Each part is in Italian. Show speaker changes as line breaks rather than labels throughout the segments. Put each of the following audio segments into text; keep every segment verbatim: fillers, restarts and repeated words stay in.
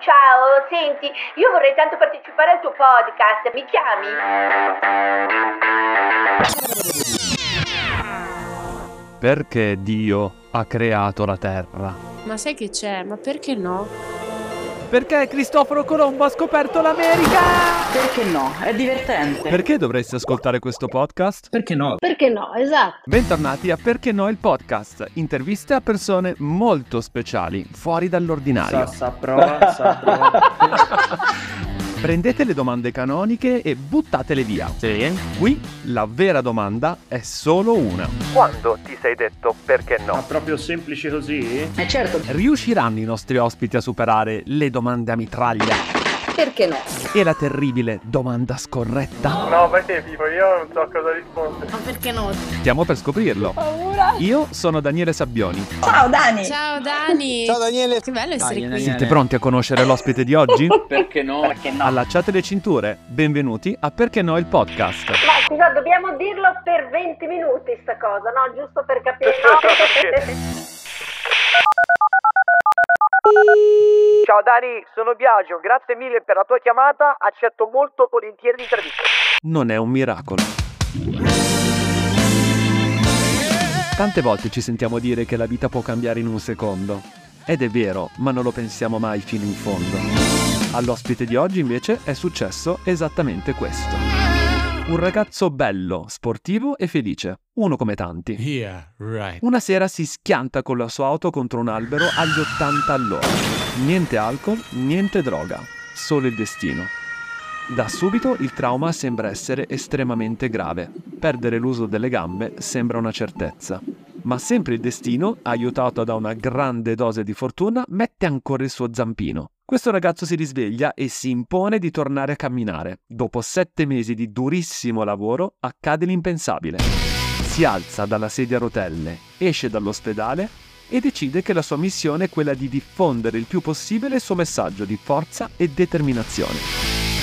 ciao, senti, io vorrei tanto partecipare al tuo podcast, mi chiami?
Perché Dio ha creato la Terra?
Ma sai che c'è? Ma perché no?
Perché Cristoforo Colombo ha scoperto l'America?
Perché no? È divertente.
Perché dovresti ascoltare questo podcast?
Perché no?
Perché no, esatto.
Bentornati a Perché no il podcast, interviste a persone molto speciali, fuori dall'ordinario.
Sa, sa, prova, sa, prova.
Prendete le domande canoniche e buttatele via.
Sì.
Qui la vera domanda è solo una. Quando ti sei detto perché no?
Ma proprio semplice così?
Eh certo.
Riusciranno i nostri ospiti a superare le domande a mitraglia?
Perché no?
E la terribile domanda scorretta?
No, perché Pipo, io non so cosa rispondere.
Ma perché no?
Stiamo per scoprirlo.
Paura.
Io sono Daniele Sabbioni.
Ciao Dani.
Ciao Dani.
Ciao Daniele.
Che bello essere
Dai,
qui.
Siete pronti a conoscere l'ospite di oggi?
Perché no? Perché no?
Allacciate le cinture. Benvenuti a Perché no il podcast.
Ma scusa, dobbiamo dirlo per venti minuti sta cosa, no? Giusto per capire.
Ciao Dani, sono Biagio, grazie mille per la tua chiamata, accetto molto volentieri l'intervista.
Non è un miracolo. Tante volte ci sentiamo dire che la vita può cambiare in un secondo. Ed è vero, ma non lo pensiamo mai fino in fondo. All'ospite di oggi invece è successo esattamente questo. Un ragazzo bello, sportivo e felice. Uno come tanti.
Yeah, right.
Una sera si schianta con la sua auto contro un albero agli ottanta all'ora. Niente alcol, niente droga, solo il destino. Da subito il trauma sembra essere estremamente grave. Perdere l'uso delle gambe sembra una certezza. Ma sempre il destino, aiutato da una grande dose di fortuna, mette ancora il suo zampino. Questo ragazzo si risveglia e si impone di tornare a camminare. Dopo sette mesi di durissimo lavoro, accade l'impensabile. Si alza dalla sedia a rotelle, esce dall'ospedale e decide che la sua missione è quella di diffondere il più possibile il suo messaggio di forza e determinazione.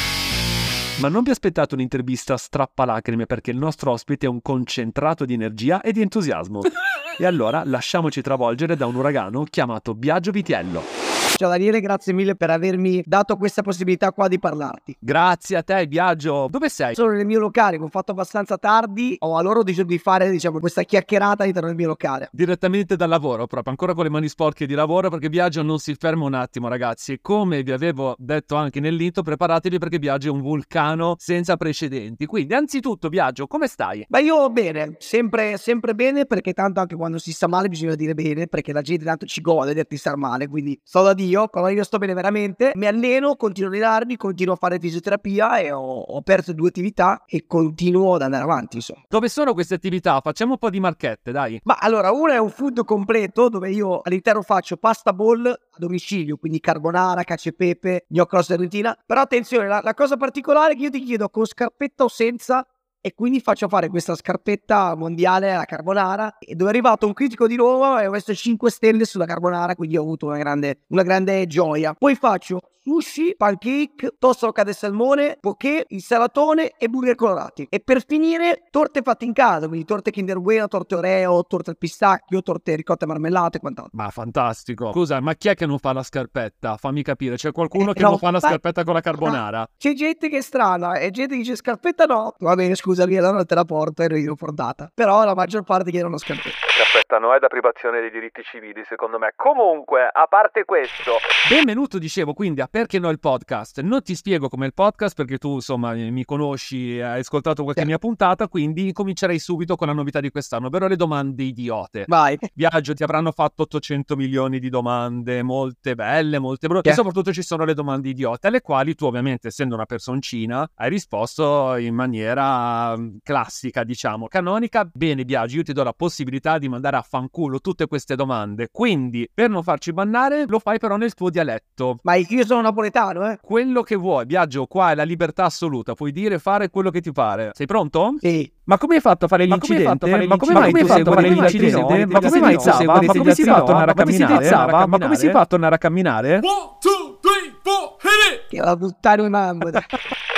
Ma non vi aspettate un'intervista strappalacrime, perché il nostro ospite è un concentrato di energia e di entusiasmo. E allora lasciamoci travolgere da un uragano chiamato Biagio Vitiello.
Ciao Daniele, grazie mille per avermi dato questa possibilità qua di parlarti.
Grazie a te Biagio. Dove sei?
Sono nel mio locale, che ho fatto abbastanza tardi, ho allora deciso di fare, diciamo, questa chiacchierata all'interno del mio locale.
Direttamente dal lavoro, proprio ancora con le mani sporche di lavoro, perché Biagio non si ferma un attimo, ragazzi. E come vi avevo detto anche nell'intro, preparatevi perché Biagio è un vulcano senza precedenti. Quindi anzitutto Biagio, come stai?
Ma io bene, sempre, sempre bene, perché tanto anche quando si sta male bisogna dire bene, perché la gente tanto ci gode a dirti star male, quindi sto da Dio. Però io sto bene veramente, mi alleno, continuo a allenarmi, continuo a fare fisioterapia e ho, ho aperto due attività e continuo ad andare avanti, insomma.
Dove sono queste attività? Facciamo un po' di marchette, dai.
Ma allora, una è un food completo dove io all'interno faccio pasta bowl a domicilio, quindi carbonara, cacio e pepe, gnocco alla sorrentina. Però attenzione, la, la cosa particolare è che io ti chiedo con scarpetta o senza, e quindi faccio fare questa scarpetta mondiale alla carbonara, e dove è arrivato un critico di Roma e ho messo cinque stelle sulla carbonara, quindi ho avuto una grande, una grande gioia. Poi faccio sushi, pancake, tosto rocca del salmone, poké, insalatone e burger colorati. E per finire torte fatte in casa, quindi torte Kinder Bueno, torte Oreo, torte al pistacchio, torte ricotta e marmellate e quant'altro.
Ma fantastico. Scusa, ma chi è che non fa la scarpetta? Fammi capire, c'è qualcuno
Eh,
che
no,
non fa la
ma-
scarpetta con la carbonara?
C'è gente che è strana e gente che dice scarpetta no. Va bene, scusami, allora te la porto, ero io portata. Però la maggior parte chiedono scarpetta.
Aspetta, no, è da privazione dei diritti civili, secondo me. Comunque, a parte questo,
Benvenuto, dicevo, quindi a Perché no il podcast. Non ti spiego com'è il podcast perché tu, insomma, mi conosci, hai ascoltato qualche
Sì.
mia puntata, quindi comincerei subito con la novità di quest'anno, ovvero le domande idiote.
Vai.
Viaggio, ti avranno fatto ottocento milioni di domande, molte belle, molte brutte,
Sì.
e soprattutto ci sono le domande idiote, alle quali tu, ovviamente, essendo una personcina, hai risposto in maniera mm, classica, diciamo, canonica. Bene, Biagio, io ti do la possibilità di mandare a fanculo tutte queste domande, quindi per non farci bannare lo fai però nel tuo dialetto.
Ma io sono napoletano, eh?
Quello che vuoi, Biagio, qua è la libertà assoluta, puoi dire e fare quello che ti pare. Sei pronto?
Sì.
Ma come hai fatto a fare
Ma come hai
l'incidente?
fatto a fare
Ma come mai tu
l'incidente?
segui
Ma come mai tu
l'incidente?
segui
Ma come mai tu
l'incidente?
segui
Ma come si fa a tornare a camminare?
Ma come si fa a tornare a camminare?
Che la puttana mamma.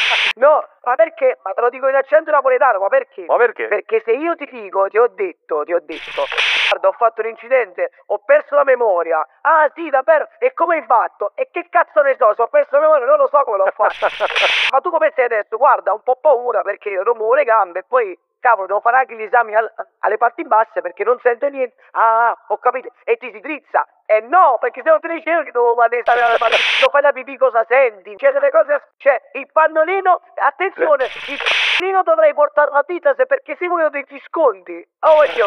No, ma perché? Ma te lo dico in accento napoletano, ma perché?
Ma perché?
Perché se io ti dico, ti ho detto, ti ho detto, guarda, ho fatto un incidente, ho perso la memoria. Ah sì, davvero? E come hai fatto? E che cazzo ne so, se ho perso la memoria non lo so come l'ho fatto. Ma tu come stai adesso? Guarda, ho un po' paura perché non muovo le gambe e poi, cavolo, devo fare anche gli esami al- alle parti basse perché non sento niente. Ah, ho capito. E ti si drizza. E no, perché se non ti dicevo che devo fare l'esame alle parti. Non fai la pipì, cosa senti? C'è delle cose. Cioè, il pannolino, attenzione, il pannolino dovrei portare la dita se perché si vogliono degli sconti. Oh, io.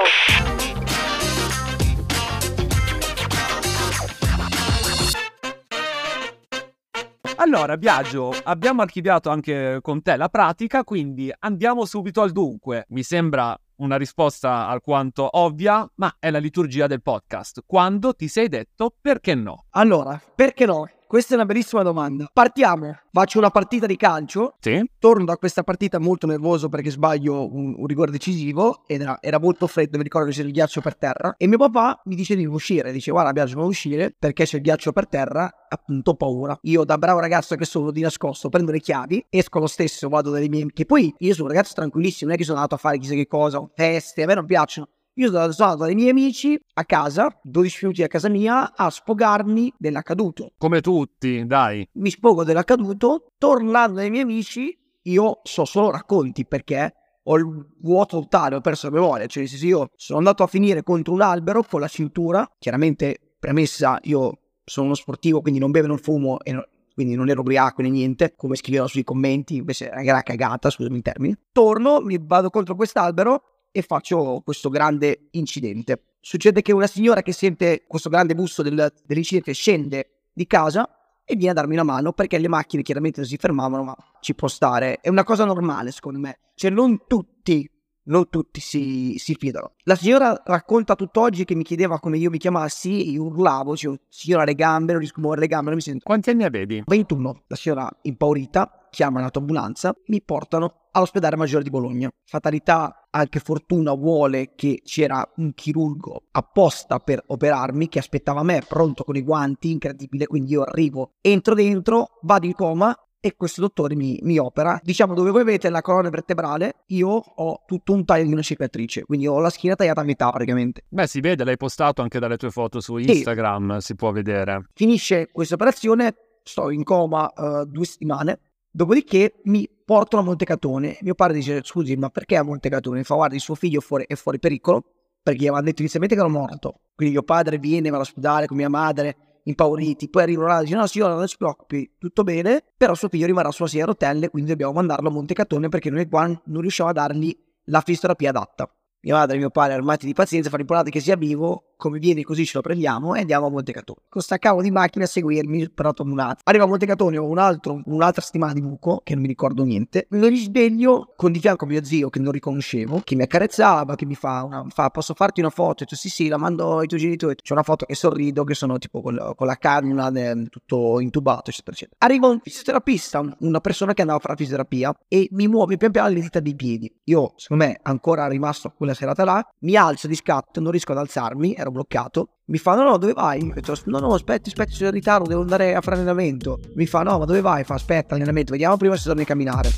Allora, Biagio, abbiamo archiviato anche con te la pratica, quindi andiamo subito al dunque. Mi sembra una risposta alquanto ovvia, ma è la liturgia del podcast. Quando ti sei detto perché no?
Allora, perché no? Questa è una bellissima domanda. Partiamo. Faccio una partita di calcio.
Sì?
Torno da questa partita molto nervoso perché sbaglio un, un rigore decisivo ed era, era molto freddo, mi ricordo che c'era il ghiaccio per terra e mio papà mi dice di uscire, dice guarda Biagio non uscire perché c'è il ghiaccio per terra, appunto ho paura. Io da bravo ragazzo che sono di nascosto prendo le chiavi, esco lo stesso, vado dalle mie... che poi io sono un ragazzo tranquillissimo, non è che sono andato a fare chissà che cosa, feste, a me non piacciono. Io sono andato dai miei amici a casa, dodici minuti a casa mia, a sfogarmi dell'accaduto.
Come tutti, dai.
Mi sfogo dell'accaduto, tornando dai miei amici, io so solo racconti perché ho il vuoto totale, ho perso la memoria. Cioè, se io sono andato a finire contro un albero con la cintura, chiaramente premessa, io sono uno sportivo, quindi non bevo, non fumo e non... quindi non ero ubriaco né niente, come scrivevano sui commenti, invece era una cagata, scusami il termine. Torno, mi vado contro quest'albero e faccio questo grande incidente. Succede che una signora che sente questo grande busso del, dell'incidente scende di casa e viene a darmi una mano perché le macchine chiaramente non si fermavano, ma ci può stare. È una cosa normale secondo me. Cioè non tutti, non tutti si, si fidano. La signora racconta tutt'oggi che mi chiedeva come io mi chiamassi e io urlavo, cioè, signora le gambe, non riesco a muovere le gambe, non mi sento.
Quanti anni avevi?
ventuno. La signora impaurita chiama l'autoambulanza, mi portano all'ospedale maggiore di Bologna. Fatalità, anche fortuna vuole che c'era un chirurgo apposta per operarmi che aspettava me pronto con i guanti, incredibile, quindi io arrivo, entro dentro, vado in coma e questo dottore mi, mi opera. Diciamo dove voi vedete la colonna vertebrale, io ho tutto un taglio di una cicatrice, quindi ho la schiena tagliata a metà praticamente.
Beh, si vede, l'hai postato anche dalle tue foto su
Sì.
Instagram, si può vedere.
Finisce questa operazione, sto in coma uh, due settimane, dopodiché mi portano a Montecatone. Mio padre dice, scusi, ma perché a Montecatone? Mi fa, guarda, il suo figlio è fuori, è fuori pericolo, perché gli avevano detto inizialmente che era morto. Quindi mio padre viene, va all'ospedale con mia madre, impauriti, poi arrivano là e dicono, no signora, non si preoccupi, tutto bene, però suo figlio rimarrà sulla sedia a rotelle, quindi dobbiamo mandarlo a Montecatone perché noi qua non riusciamo a dargli la fisioterapia adatta. Mia madre e mio padre armati di pazienza, fanno importante che sia vivo, come viene così ce lo prendiamo e andiamo a Montecatone. Con sta cavolo di macchina a seguirmi per otto minuti. Arrivo a Montecatone, ho un altro, un'altra settimana di buco, che non mi ricordo niente. Mi risveglio con di fianco mio zio che non riconoscevo, che mi accarezzava, che mi fa, una, fa posso farti una foto? E dico, sì sì, la mando ai tuoi genitori. C'è una foto che sorrido, che sono tipo con, con la cannula, eh, tutto intubato, eccetera, eccetera. Arriva un fisioterapista, una persona che andava a fare la fisioterapia, e mi muove pian piano le dita dei piedi. Io, secondo me, ancora rimasto quella serata là, mi alzo di scatto, non riesco ad alzarmi, ero bloccato. Mi fa, no no, dove vai? Io dico, no no, aspetti, aspetti, sono in ritardo, devo andare a fare allenamento. Mi fa, no, ma dove vai? Fa, aspetta, allenamento, vediamo prima se torni a camminare.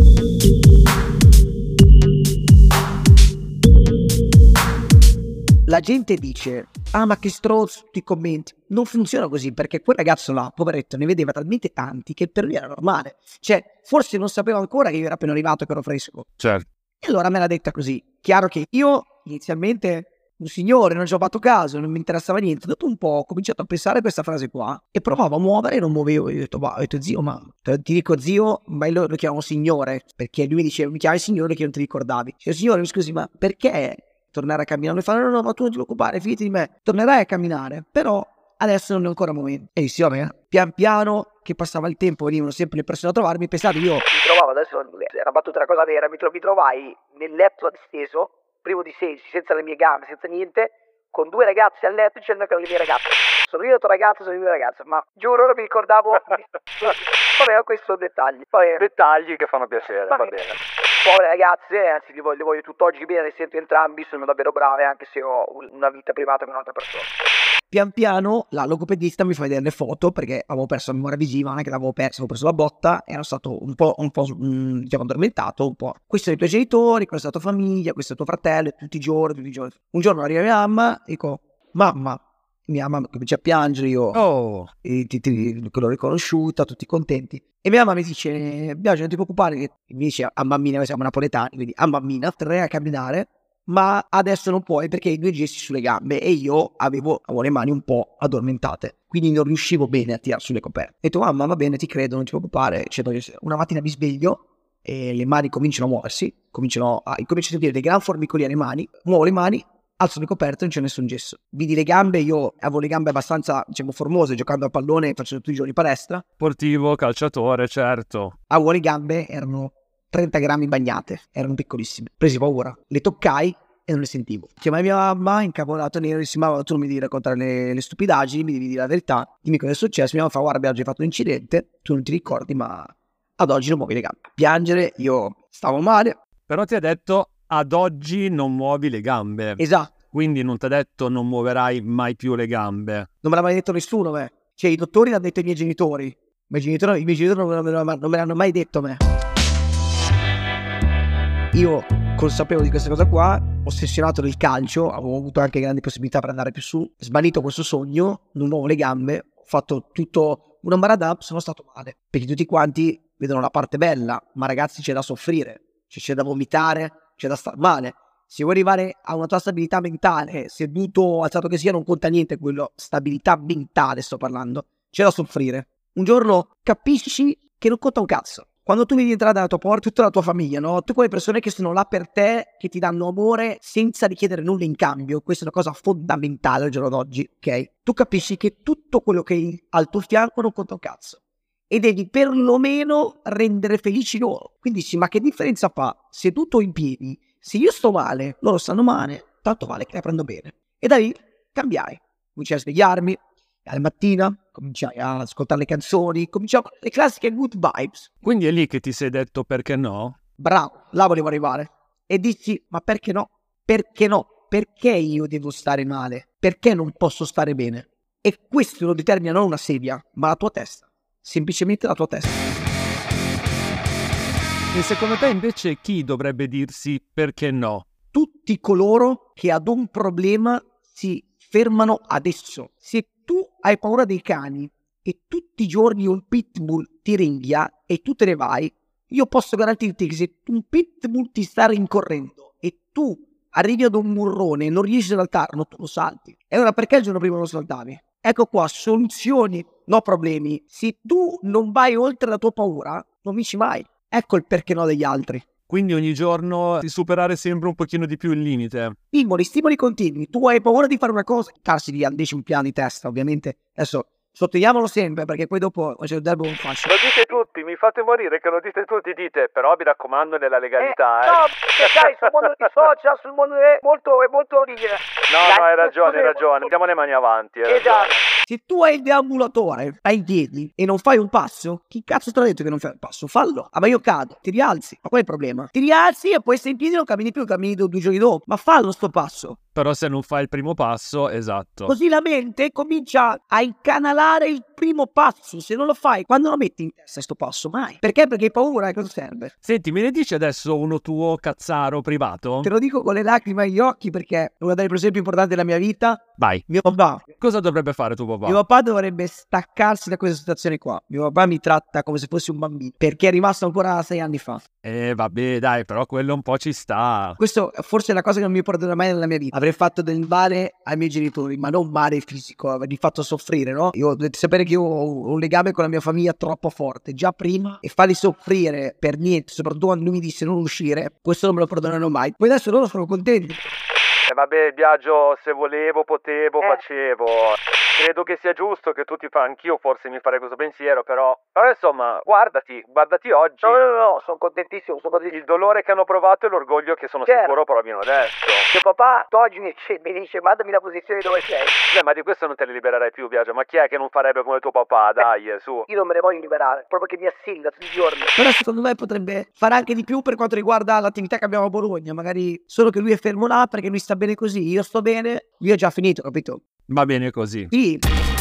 La gente dice, ah ma che stronzo, tutti i commenti. Non funziona così, perché quel ragazzo là, poveretto, ne vedeva talmente tanti che per lui era normale. Cioè, forse non sapeva ancora che io ero appena arrivato e che ero fresco.
Certo.
E allora me l'ha detta così. Chiaro che io inizialmente, un signore, non ci ho fatto caso, non mi interessava niente. Dopo un po' ho cominciato a pensare a questa frase qua e provavo a muovere e non muovevo. Io ho detto, bah, ho detto zio, ma ti dico zio, ma io lo, lo chiamo signore, perché lui mi diceva, mi chiami signore che non ti ricordavi. Dicevo, signore, mi scusi, ma perché tornare a camminare? Mi fa, no, no, no, ma tu non ti preoccupare, fidati di me, tornerai a camminare, però adesso non è ancora il momento. E io, eh, pian piano che passava il tempo, venivano sempre le persone a trovarmi, pensate, io
Mi trovavo, adesso era battuta una cosa vera, mi, tro- mi trovai nel letto disteso, privo di sensi, senza le mie gambe, senza niente, con due ragazze a letto dicendo che erano le mie ragazze. Sono io il tuo ragazzo, sono io le ragazze, ma giuro non mi ricordavo. Vabbè, questi sono dettagli. Vabbè.
Dettagli che fanno piacere,
Va
va
bene.
bene.
Povere ragazze, anzi le voglio, le voglio tutt'oggi bene, le sento entrambi, sono davvero brave anche se ho una vita privata con un'altra persona.
Pian piano la logopedista mi fa vedere le foto perché avevo perso la memoria visiva, non è che l'avevo persa, avevo preso la botta, ero stato un po', un po' mh, diciamo addormentato, un po'. Questi sono i tuoi genitori, questa è la tua famiglia, questo è tuo fratello, tutti i giorni, tutti i giorni. Un giorno arriva mia mamma, dico, mamma, mia mamma comincia a piangere, io
Oh,
e ti, ti, l'ho riconosciuta, tutti contenti. E mia mamma mi dice, Biagio, non ti preoccupare, che mi dice a mammina, noi siamo napoletani, quindi a mammina, tre a camminare, ma adesso non puoi perché hai due gesti sulle gambe e io avevo, avevo le mani un po' addormentate, quindi non riuscivo bene a tirare sulle coperte. Ho detto, mamma, va bene, ti credo, non ti preoccupare. Una mattina mi sveglio e le mani cominciano a muoversi, cominciano a, comincio a sentire dei gran formicolii alle mani, muovo le mani, alzo le coperte, non c'è nessun gesso. Vidi le gambe, io avevo le gambe abbastanza, diciamo, formose, giocando a pallone, facendo tutti i giorni palestra.
sportivo, calciatore, certo.
Avevo le gambe, erano trenta grammi bagnate, erano piccolissime. Presi paura, le toccai e non le sentivo. Chiamai mia mamma, incavolato nero, e dissi, mamma, tu non mi devi raccontare le, le stupidaggini, mi devi dire la verità, dimmi cosa è successo. Mia mamma fa, guarda, oggi hai fatto un incidente, tu non ti ricordi, ma ad oggi non muovi le gambe. Piangere, io stavo male.
Però ti ha detto, ad oggi non muovi le gambe.
Esatto.
Quindi non ti ha detto non muoverai mai più le gambe.
Non me l'ha mai detto nessuno, me. Cioè, i dottori l'hanno detto ai miei genitori. I miei genitori, i miei genitori non, me l'hanno, non me l'hanno mai detto a me. Io, consapevole di questa cosa qua, ossessionato del calcio, avevo avuto anche grandi possibilità per andare più su, svanito questo sogno, non muovo le gambe, ho fatto tutto una maradap, sono stato male. Perché tutti quanti vedono la parte bella, ma ragazzi c'è da soffrire, cioè, c'è da vomitare, c'è da star male. Se vuoi arrivare a una tua stabilità mentale, seduto, alzato che sia, non conta niente quello, stabilità mentale sto parlando, c'è da soffrire. Un giorno capisci che non conta un cazzo. Quando tu vedi entrare dalla tua porta tutta la tua famiglia, no? Tu quelle persone che sono là per te, che ti danno amore senza richiedere nulla in cambio, questa è una cosa fondamentale al giorno d'oggi, ok? Tu capisci che tutto quello che hai al tuo fianco non conta un cazzo e devi perlomeno rendere felici loro. Quindi sì, ma che differenza fa seduto in piedi? Se io sto male, loro stanno male, tanto vale che la prendo bene. E da lì cambiai, cominciai a svegliarmi alla mattina, cominciai a ascoltare le canzoni, cominciavo le classiche good vibes.
Quindi è lì che ti sei detto perché no?
Bravo, là volevo arrivare. E dici, ma perché no? Perché no? Perché io devo stare male? Perché non posso stare bene? E questo lo determina non una sedia, ma la tua testa. Semplicemente la tua testa.
E secondo te invece chi dovrebbe dirsi perché no?
Tutti coloro che ad un problema si fermano adesso. Se tu hai paura dei cani e tutti i giorni un pitbull ti ringhia e tu te ne vai, io posso garantirti che se un pitbull ti sta rincorrendo e tu arrivi ad un burrone e non riesci ad saltarlo, tu lo salti. E allora perché il giorno prima lo saltavi? Ecco qua, soluzioni, no problemi. Se tu non vai oltre la tua paura, non vinci mai. Ecco il perché no degli altri.
Quindi ogni giorno di superare sempre un pochino di più il limite.
Stimoli, stimoli continui. Tu hai paura di fare una cosa, darsi via un piano di testa, ovviamente. Adesso sottolineiamolo sempre, perché poi dopo c'è il derbo un fascio.
Lo dite tutti, mi fate morire che lo dite tutti, dite, però vi raccomando nella legalità, eh.
No, sai, sul mondo dei social, sul mondo è molto, è molto rigida.
No, no, hai ragione, hai ragione, diamo le mani avanti, hai
Esatto.
ragione.
Se tu hai il deambulatore ai piedi e non fai un passo, chi cazzo te l'ha detto che non fai un passo? Fallo. Ah, ma io cado, ti rialzi. Ma qual è il problema? Ti rialzi e poi stai in piedi e non cammini più, cammini due, due giorni dopo. Ma fallo sto passo.
Però se non fai il primo passo, esatto.
Così la mente comincia a incanalare il primo passo. Se non lo fai, quando lo metti in testa sto passo? Mai. Perché? Perché hai paura, e cosa serve?
Senti, me ne dici adesso uno tuo cazzaro privato?
Te lo dico con le lacrime agli occhi perché è uno dei esempi importanti della mia vita.
Vai.
Mio papà.
Cosa dovrebbe fare tuo papà?
Mio papà dovrebbe staccarsi da questa situazione qua. Mio papà mi tratta come se fossi un bambino, perché è rimasto ancora sei anni fa.
Eh vabbè dai, però quello un po' ci sta.
Questo forse è la cosa che non mi perdonerà mai nella mia vita. Avrei fatto del male ai miei genitori, ma non male fisico, avrei fatto soffrire, no? Io dovete sapere che io ho un legame con la mia famiglia troppo forte, già prima, e farli soffrire per niente, soprattutto quando lui mi disse non uscire, questo non me lo perdoneranno mai. Poi adesso loro sono contenti.
E vabbè, Biagio, se volevo, potevo,
Eh.
facevo. Credo che sia giusto che tu ti fa, anch'io forse mi farei questo pensiero, però... Però insomma, guardati, guardati oggi.
No, no, no, no, sono contentissimo, sono contentissimo.
Il dolore che hanno provato e l'orgoglio che sono
Certo.
sicuro provino adesso.
Mio papà oggi mi dice, mi dice, mandami la posizione dove sei.
Beh, ma di questo non te ne libererai più, Biagio. Ma chi è che non farebbe come tuo papà? Dai, eh, su.
Io non me ne voglio liberare, proprio che mi assilda tutti i giorni.
Però secondo me potrebbe fare anche di più per quanto riguarda l'attività che abbiamo a Bologna. Magari solo che lui è fermo là perché lui sta bene così, io sto bene, lui ha già finito, capito?
Va bene così.
Sì.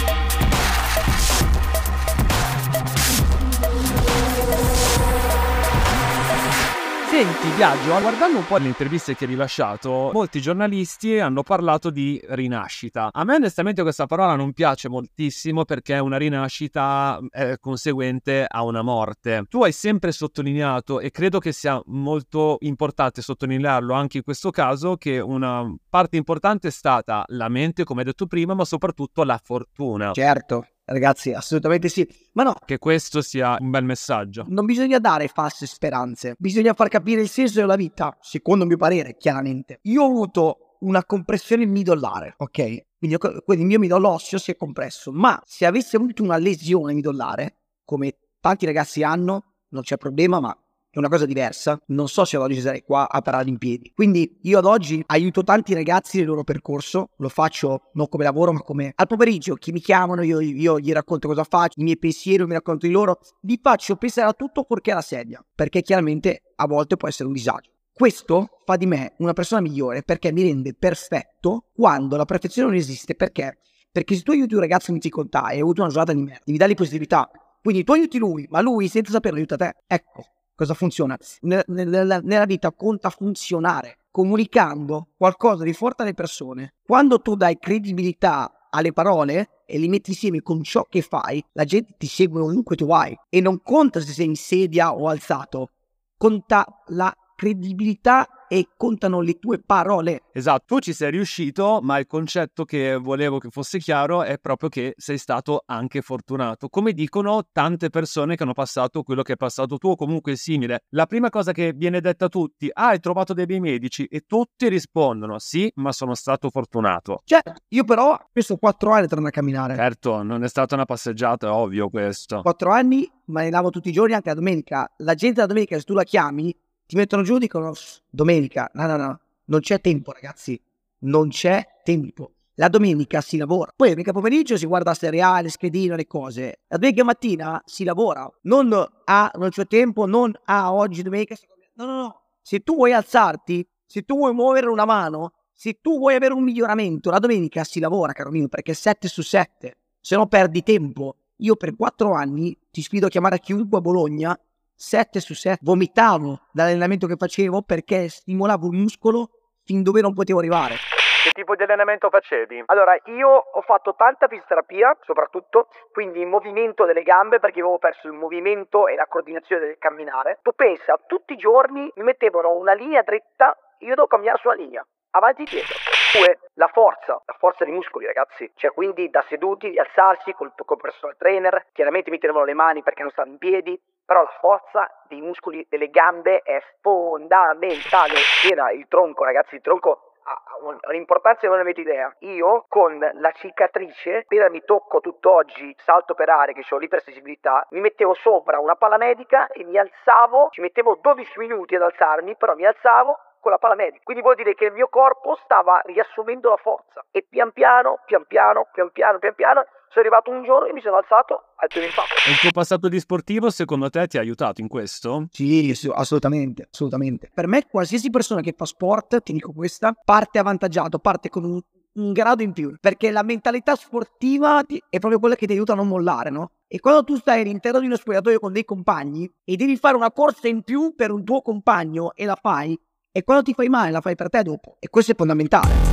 Senti, Biagio, guardando un po' le interviste che hai rilasciato, molti giornalisti hanno parlato di rinascita. A me onestamente questa parola non piace moltissimo perché una rinascita è conseguente a una morte. Tu hai sempre sottolineato, e credo che sia molto importante sottolinearlo anche in questo caso, che una parte importante è stata la mente, come hai detto prima, ma soprattutto la fortuna.
Certo, ragazzi, assolutamente sì. Ma no,
Che questo sia un bel messaggio.
non bisogna dare false speranze, bisogna far capire il senso della vita, secondo il mio parere, chiaramente. Io ho avuto una compressione midollare, ok? Quindi, io- quindi il mio midollo osseo si è compresso, ma se avessi avuto una lesione midollare, come tanti ragazzi hanno, non c'è problema, ma è una cosa diversa. Non so se ad oggi sarei qua a parare in piedi. Quindi io ad oggi aiuto tanti ragazzi nel loro percorso, lo faccio non come lavoro ma come al pomeriggio, che mi chiamano, io, io gli racconto cosa faccio, i miei pensieri, mi racconto di loro, li faccio pensare a tutto fuorché alla sedia, perché chiaramente a volte può essere un disagio. Questo fa di me una persona migliore perché mi rende perfetto quando la perfezione non esiste. Perché? Perché se tu aiuti un ragazzo in difficoltà e hai avuto una giornata di merda, devi dargli positività. Quindi tu aiuti lui, ma lui senza saperlo aiuta te. Ecco cosa funziona. Nella, nella, nella vita conta funzionare, comunicando qualcosa di forte alle persone. Quando tu dai credibilità alle parole e li metti insieme con ciò che fai, la gente ti segue ovunque tu vai. E non conta se sei in sedia o alzato, conta la credibilità e contano le tue parole.
Esatto, tu ci sei riuscito, ma il concetto che volevo che fosse chiaro è proprio che sei stato anche fortunato. Come dicono tante persone che hanno passato quello che hai passato tu o comunque simile. La prima cosa che viene detta a tutti: ah, hai trovato dei bei medici, e tutti rispondono sì, ma sono stato fortunato.
Cioè, io però spesso quattro anni torno a camminare.
Certo, non è stata una passeggiata, è ovvio questo.
Quattro anni, ma ne lavo tutti i giorni, anche la domenica. La gente la domenica, se tu la chiami, ti mettono giù e dicono domenica. No, no, no, non c'è tempo, ragazzi. Non c'è tempo. La domenica si lavora. Poi la domenica pomeriggio si guarda seriale, schedino, le cose. La domenica mattina si lavora. Non ah, non c'è tempo, non ah, oggi domenica. No, no, no. Se tu vuoi alzarti, se tu vuoi muovere una mano, se tu vuoi avere un miglioramento, la domenica si lavora, caro mio, perché sette su sette. Se no perdi tempo. Io per quattro anni, ti sfido a chiamare a chiunque a Bologna, sette su sette, vomitavo dall'allenamento che facevo perché stimolavo il muscolo fin dove non potevo arrivare.
Che tipo di allenamento facevi?
Allora, io ho fatto tanta fisioterapia, soprattutto, quindi il movimento delle gambe, perché avevo perso il movimento e la coordinazione del camminare. Tu pensa, tutti i giorni mi mettevano una linea dritta, io devo camminare sulla linea, avanti e dietro. Due, la forza, la forza dei muscoli, ragazzi. Cioè, quindi da seduti, di alzarsi col, col personal trainer, chiaramente mi tenevano le mani perché non stavo in piedi, però la forza dei muscoli delle gambe è fondamentale. Era il tronco, ragazzi, il tronco ha un'importanza che non avete idea. Io con la cicatrice, appena mi tocco tutt'oggi, salto per aria, che ho l'ipersensibilità, mi mettevo sopra una pala medica e mi alzavo, ci mettevo dodici minuti ad alzarmi, però mi alzavo con la pala medica. Quindi vuol dire che il mio corpo stava riassumendo la forza. E pian piano, pian piano, pian piano, pian piano, sono arrivato un giorno e mi sono alzato al primo impatto.
E il tuo passato di sportivo secondo te ti ha aiutato in questo?
Sì, sì, assolutamente, assolutamente. Per me qualsiasi persona che fa sport, ti dico questa, parte avvantaggiato, parte con un, un grado in più, perché la mentalità sportiva ti- è proprio quella che ti aiuta a non mollare, no? E quando tu stai all'interno di uno spogliatoio con dei compagni e devi fare una corsa in più per un tuo compagno e la fai, e quando ti fai male la fai per te dopo, e questo è fondamentale.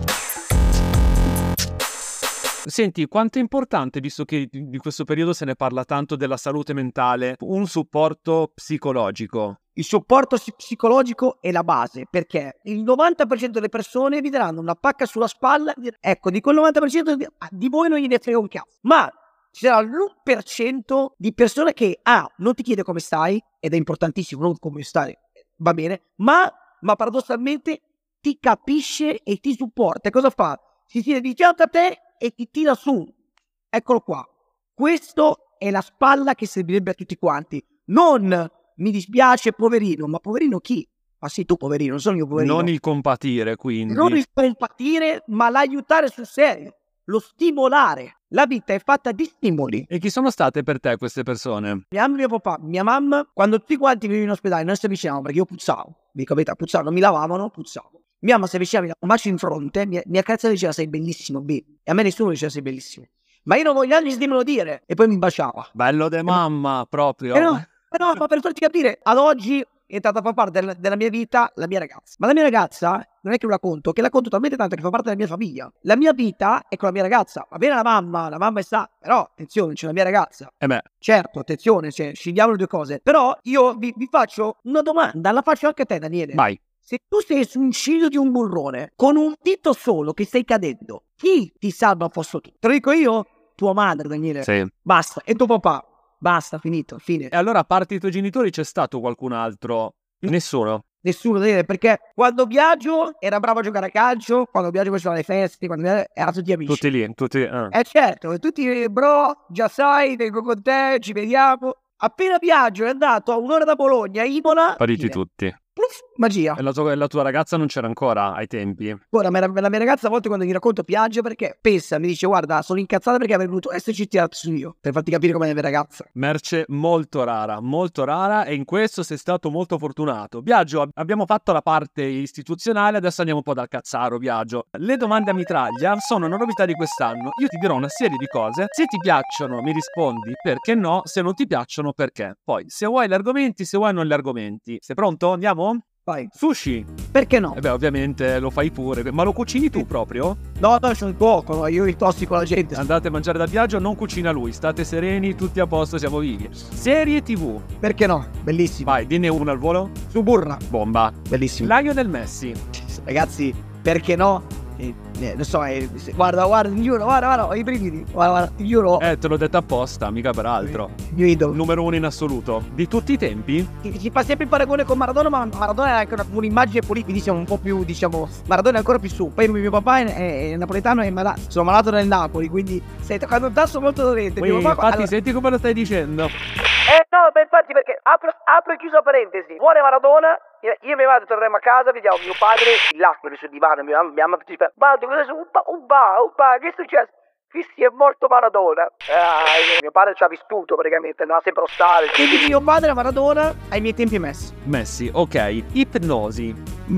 Senti, quanto è importante, visto che di questo periodo se ne parla tanto della salute mentale, un supporto psicologico?
Il supporto psi- psicologico è la base, perché il novanta per cento delle persone vi daranno una pacca sulla spalla e dire, ecco, di quel novanta per cento di, ah, di voi non gliene frega un cazzo, ma ci sarà l'uno per cento di persone che ah, non ti chiede come stai, ed è importantissimo, non come stai, va bene, ma, ma paradossalmente ti capisce e ti supporta. E cosa fa? Si siede di fianco a te e ti tira su. Eccolo qua. Questo è la spalla che servirebbe a tutti quanti. Non mi dispiace poverino, ma poverino chi? Ma sì, tu poverino, non sono io poverino.
Non il compatire, quindi.
Non il compatire, ma l'aiutare sul serio. Lo stimolare. La vita è fatta di stimoli.
E chi sono state per te queste persone?
Mia mamma e mio papà, mia mamma, quando tutti quanti venivano in ospedale, noi si avvicinavamo perché io puzzavo. Vi capite, puzzavo, non mi lavavano, puzzavo. Mia mamma si avvicinava, un bacio in fronte, mi, mi accarezzava e diceva sei bellissimo, B. E a me nessuno diceva sei bellissimo. Ma io non voglio anni stimolo dire. E poi mi baciava.
Bello de mamma, proprio.
Eh no, eh no, ma per farti capire, ad oggi è entrata a far parte della, della mia vita la mia ragazza. Ma la mia ragazza non è che la conto, che la conto talmente tanto che fa parte della mia famiglia. La mia vita è con la mia ragazza. Va bene la mamma, la mamma è sta, però attenzione, c'è la mia ragazza.
Eh beh.
Certo, attenzione, cioè, scegliamo le due cose. Però io vi, vi faccio una domanda, la faccio anche a te, Daniele.
Vai.
Se tu sei su un ciglio di un burrone, con un dito solo che stai cadendo, chi ti salva a posto tu? Te lo dico io? Tua madre, Daniele.
Sì.
Basta. E tuo papà. Basta, finito, fine.
E allora, a parte i tuoi genitori, c'è stato qualcun altro? Nessuno.
Nessuno, Daniele, perché quando viaggio era bravo a giocare a calcio, quando viaggio faceva le feste, quando viaggio era tutti amici.
Tutti lì, tutti... Eh.
Eh certo, e tutti, bro, già sai, vengo con te, ci vediamo. Appena viaggio è andato a un'ora da Bologna, Imola.
Spariti
fine.
tutti.
Puff, magia.
E la tua, la tua ragazza non c'era ancora ai tempi?
Ora, la mia ragazza a volte quando gli racconto piange perché pensa, mi dice guarda, sono incazzata perché avrei voluto esserci tirato su io, per farti capire com'è la mia ragazza.
Merce molto rara, molto rara, e in questo sei stato molto fortunato. Biagio, abbiamo fatto la parte istituzionale, adesso andiamo un po' dal cazzaro, Biagio. Le domande a mitraglia sono una novità di quest'anno. Io ti dirò una serie di cose, se ti piacciono mi rispondi perché no, se non ti piacciono perché. Poi, se vuoi gli argomenti, se vuoi non gli argomenti. Sei pronto? Andiamo?
Vai.
Sushi.
Perché no?
E beh, ovviamente lo fai pure, ma lo cucini tu proprio?
No, no, sono il cuoco, no? Io intossico la gente.
Andate a mangiare da Biagio, non cucina lui, state sereni, tutti a posto, siamo vivi. Serie tivù.
Perché no? Bellissimo.
Vai, dinne una al volo.
Suburra.
Bomba.
Bellissimo.
Lionel Messi.
Ragazzi, perché no? Eh, eh, non so, eh, guarda, guarda, ti giuro, guarda, guarda, ho i brividi. Guarda, guarda, ti giuro.
Eh, te l'ho detto apposta, mica per altro.
Il mio idolo.
Numero uno in assoluto. Di tutti i tempi?
Si, si fa sempre il paragone con Maradona, ma Maradona è anche una, un'immagine politica, diciamo, un po' più, diciamo, Maradona è ancora più su. Poi mio papà è, è, è napoletano e malato, sono malato nel Napoli, quindi stai toccando un tasto molto dolente.
Ui,
Mio papà,
infatti,
allora...
senti come lo stai dicendo.
Eh no, ma infatti perché apro, apro e chiuso parentesi. Muore Maradona, io e mia madre torneremo a casa, vediamo mio padre là, quello sul divano, mia mamma, mia mamma ti dice, ma cosa è un pa, un pa, un pa, che è successo? Fissi è morto Maradona. Ah, mio padre ci ha vissuto praticamente, andava sempre allo stadio.
Quindi mio padre Maradona ai miei tempi Messi.
Messi, ok. Ipnosi.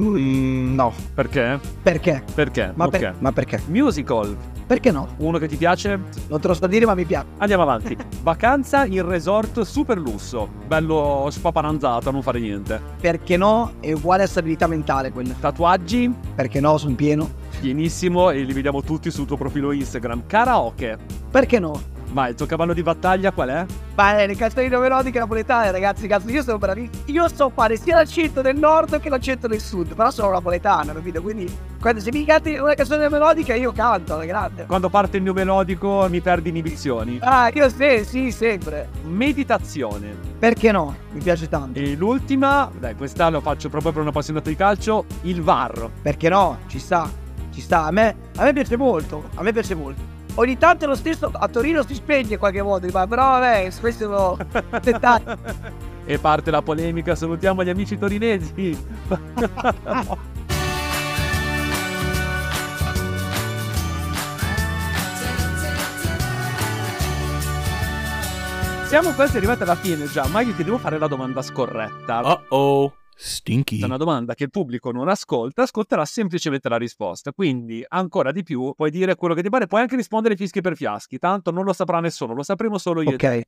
Mm, no.
Perché?
Perché?
Perché?
Ma,
ok.
per, ma perché?
Musical.
Perché no?
Uno che ti piace?
Non te lo sto a dire, ma mi piace.
Andiamo avanti. Vacanza in resort super lusso. Bello spaparanzato, a non fare niente.
Perché no? È uguale a stabilità mentale quella.
Tatuaggi?
Perché no? Sono pieno.
Pienissimo, e li vediamo tutti sul tuo profilo Instagram. Karaoke.
Perché no?
Vai, il tuo cavallo di battaglia qual è?
Ma le canzoni melodiche napoletane, ragazzi, cazzo, io sono bravissimo. Io so fare sia l'accento del nord che l'accento del sud, però sono napoletano, capito? Quindi quando se mi canti una canzone melodica io canto, alla grande.
Quando parte il mio melodico mi perdi inibizioni.
Ah, io sì, sì, sempre.
Meditazione.
Perché no? Mi piace tanto.
E l'ultima, dai, questa lo faccio proprio per un appassionato di calcio, il V A R.
Perché no? Ci sta, ci sta. A me, a me piace molto, a me piace molto. Ogni tanto lo stesso a Torino si spegne qualche volta, ma però vabbè, questo sono dettagli.
E parte la polemica, salutiamo gli amici torinesi. Siamo quasi arrivati alla fine già, ma io ti devo fare la domanda scorretta.
Uh-oh. Stinky.
È una domanda che il pubblico non ascolta, ascolterà semplicemente la risposta. Quindi, ancora di più, puoi dire quello che ti pare, puoi anche rispondere fischi per fiaschi. Tanto non lo saprà nessuno, lo sapremo solo io.
Ok.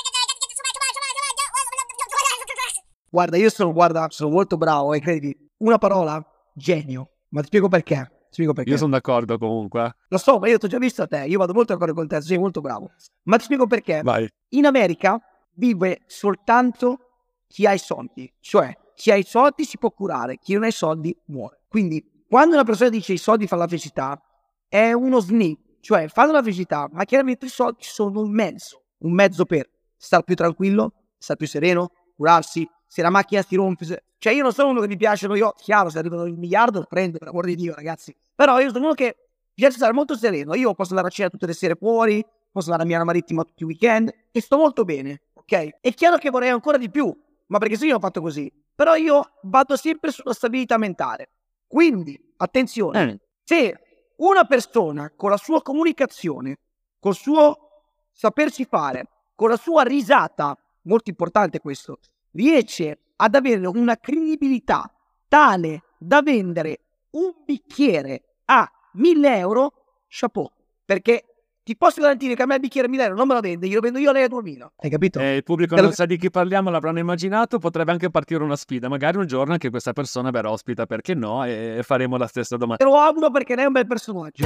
Guarda, io sono, guarda, sono molto bravo e credi. Una parola, genio. Ma ti spiego perché. Ti spiego perché.
Io sono d'accordo comunque.
Lo so, ma io ti ho già visto a te. Io vado molto d'accordo con te, sei molto bravo. Ma ti spiego perché.
Vai.
In America vive soltanto chi ha i soldi. Cioè, chi ha i soldi si può curare, chi non ha i soldi muore. Quindi, quando una persona dice i soldi fanno la felicità, è uno sni. Cioè, fanno la felicità, ma chiaramente i soldi sono un mezzo. Un mezzo per star più tranquillo, star più sereno, curarsi. Se la macchina si rompe, Cioè io non sono uno che mi piacciono, io chiaro, se arrivano il miliardo lo prendo, per amor di Dio, ragazzi. Però io sono uno che mi piace stare molto sereno. Io posso andare a cena tutte le sere fuori, posso andare a Milano Marittima tutti i weekend e sto molto bene, ok? È chiaro che vorrei ancora di più, ma perché se io ho fatto così. Però io vado sempre sulla stabilità mentale. Quindi, attenzione,
Eh.
se una persona con la sua comunicazione, col suo sapersi fare, con la sua risata, molto importante questo, riesce ad avere una credibilità tale da vendere un bicchiere a mille euro, chapeau, perché ti posso garantire che a me il bicchiere a mille euro non me lo vende, glielo vendo io a lei a duemila, hai capito?
Eh, il pubblico
Te lo-
non sa di chi parliamo, l'avranno immaginato, potrebbe anche partire una sfida, magari un giorno anche questa persona verrà ospita, perché no, e faremo la stessa domanda.
Te lo auguro perché lei è un bel personaggio.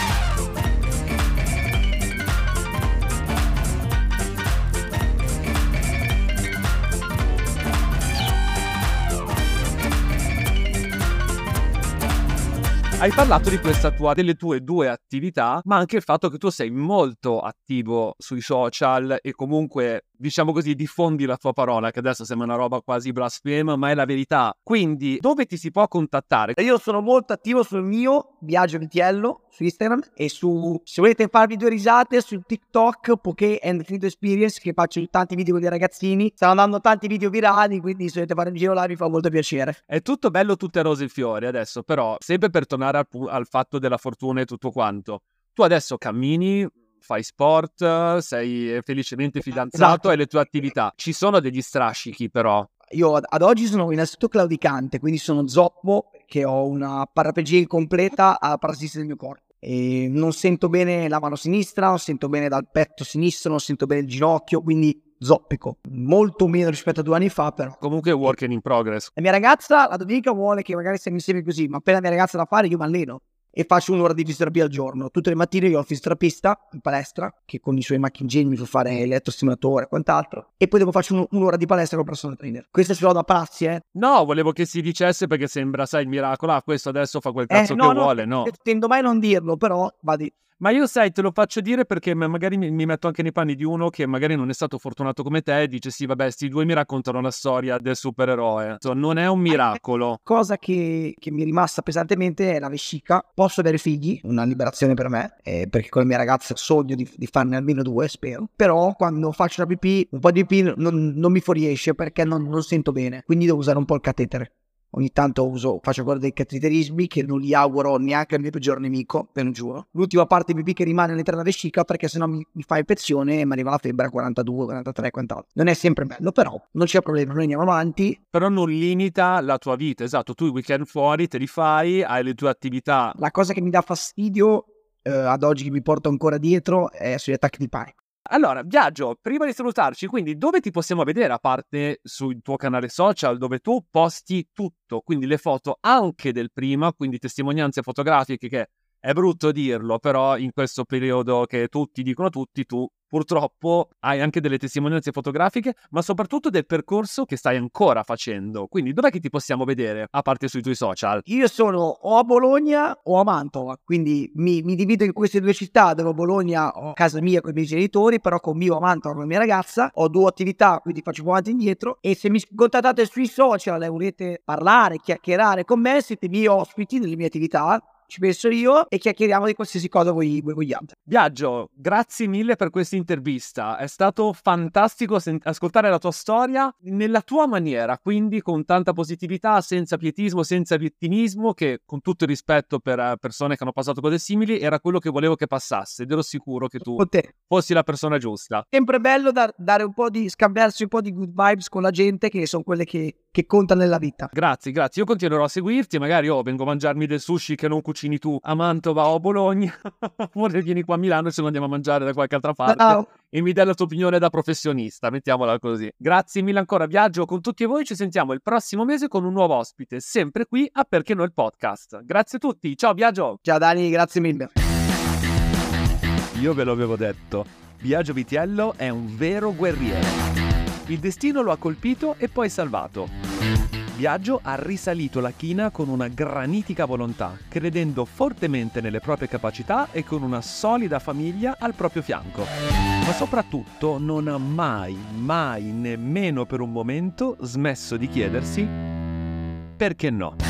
Hai parlato di questa tua, delle tue due attività, ma anche il fatto che tu sei molto attivo sui social e comunque, diciamo così, diffondi la tua parola, che adesso sembra una roba quasi blasfema, ma è la verità. Quindi, dove ti si può contattare?
Io sono molto attivo sul mio Biagio Vitiello su Instagram e su, se volete farvi due risate, su TikTok Poké and Finito Experience, che faccio tanti video con dei ragazzini, stanno andando tanti video virali, quindi se volete fare un giro là mi fa molto piacere.
È tutto bello, tutte rose e fiori adesso, però sempre per tornare al, pu- al fatto della fortuna e tutto quanto, tu adesso cammini, fai sport, sei felicemente fidanzato,
Esatto.
hai le tue attività. Ci sono degli strascichi però.
Io ad, ad oggi sono innanzitutto claudicante, quindi sono zoppo perché ho una paraplegia incompleta alla parasisi del mio corpo. E non sento bene la mano sinistra, non sento bene dal petto sinistro, non sento bene il ginocchio, quindi zoppico. Molto meno rispetto a due anni fa, però.
Comunque work in progress.
La mia ragazza la domenica vuole che magari stiamo insieme così, ma appena la mia ragazza da fare io mi alleno e faccio un'ora di fisioterapia al giorno. Tutte le mattine io ho il fisioterapista in palestra che con i suoi macchingeni mi fa fare elettrostimolatore e quant'altro, e poi dopo faccio un- un'ora di palestra con il personal trainer. Questa ce l'ho da prassi, eh.
No, volevo che si dicesse perché sembra, sai, il miracolo, ah, questo adesso fa quel cazzo
Eh, no,
che
no,
vuole, no.
Tendo mai a non dirlo, però vadi.
Ma io, sai, te lo faccio dire perché ma- magari mi, mi metto anche nei panni di uno che magari non è stato fortunato come te e dice sì, vabbè, sti due mi raccontano la storia del supereroe. Insomma, non è un miracolo.
Cosa che, che mi è rimasta pesantemente è la vescica. Posso avere figli, una liberazione per me, eh, perché con la mia ragazza sogno di, di farne almeno due, spero. Però quando faccio la pipì, un po' di pipì non, non mi fuoriesce perché non, non sento bene, quindi devo usare un po' il catetere. Ogni tanto uso, faccio ancora dei cateterismi che non li auguro neanche al mio peggior nemico, ve lo giuro. L'ultima parte di pipì che rimane all'interno della vescica perché sennò mi, mi fa infezione e mi arriva la febbre a quarantadue, quarantatré, quant'altro. Non è sempre bello, però non c'è problema, noi andiamo avanti.
Però non limita la tua vita, esatto. Tu i weekend fuori te li fai, hai le tue attività.
La cosa che mi dà fastidio eh, ad oggi, che mi porto ancora dietro, è sugli attacchi di panico.
Allora, Biagio, prima di salutarci, quindi dove ti possiamo vedere, a parte sul tuo canale social dove tu posti tutto, quindi le foto anche del prima, quindi testimonianze fotografiche, che è brutto dirlo, però in questo periodo che tutti dicono tutti, tu purtroppo hai anche delle testimonianze fotografiche, ma soprattutto del percorso che stai ancora facendo. Quindi dov'è che ti possiamo vedere, a parte sui tuoi social?
Io sono o a Bologna o a Mantova, quindi mi, mi divido in queste due città, dove a Bologna ho casa mia con i miei genitori, però convivo a Mantova con la mia ragazza, ho due attività, quindi faccio avanti e indietro, e se mi contattate sui social e volete parlare, chiacchierare con me, siete miei ospiti nelle mie attività, ci penso io e chiacchieriamo di qualsiasi cosa voi, voi vogliate.
Biagio, grazie mille per questa intervista, è stato fantastico sen- ascoltare la tua storia nella tua maniera, quindi con tanta positività, senza pietismo, senza vittimismo, che con tutto il rispetto per eh, persone che hanno passato cose simili, era quello che volevo che passasse, ed ero sicuro che tu
Con te.
fossi la persona giusta.
Sempre bello da, dare un po' di, scambiarsi un po' di good vibes con la gente, che sono quelle che, che contano nella vita.
Grazie, grazie, io continuerò a seguirti, magari oh, vengo a mangiarmi del sushi che non cucini tu a Mantova o a Bologna, oppure vieni qua a Milano e se no andiamo a mangiare da qualche altra parte.
Ciao.
E mi dai la tua opinione da professionista, mettiamola così. Grazie mille ancora, Biagio, con tutti voi ci sentiamo il prossimo mese con un nuovo ospite, sempre qui a Perché No il Podcast. Grazie a tutti, ciao Biagio!
Ciao Dani, grazie mille.
Io ve lo avevo detto, Biagio Vitiello è un vero guerriero. Il destino lo ha colpito e poi salvato. Biagio ha risalito la china con una granitica volontà, credendo fortemente nelle proprie capacità e con una solida famiglia al proprio fianco. Ma soprattutto non ha mai, mai, nemmeno per un momento smesso di chiedersi: perché no.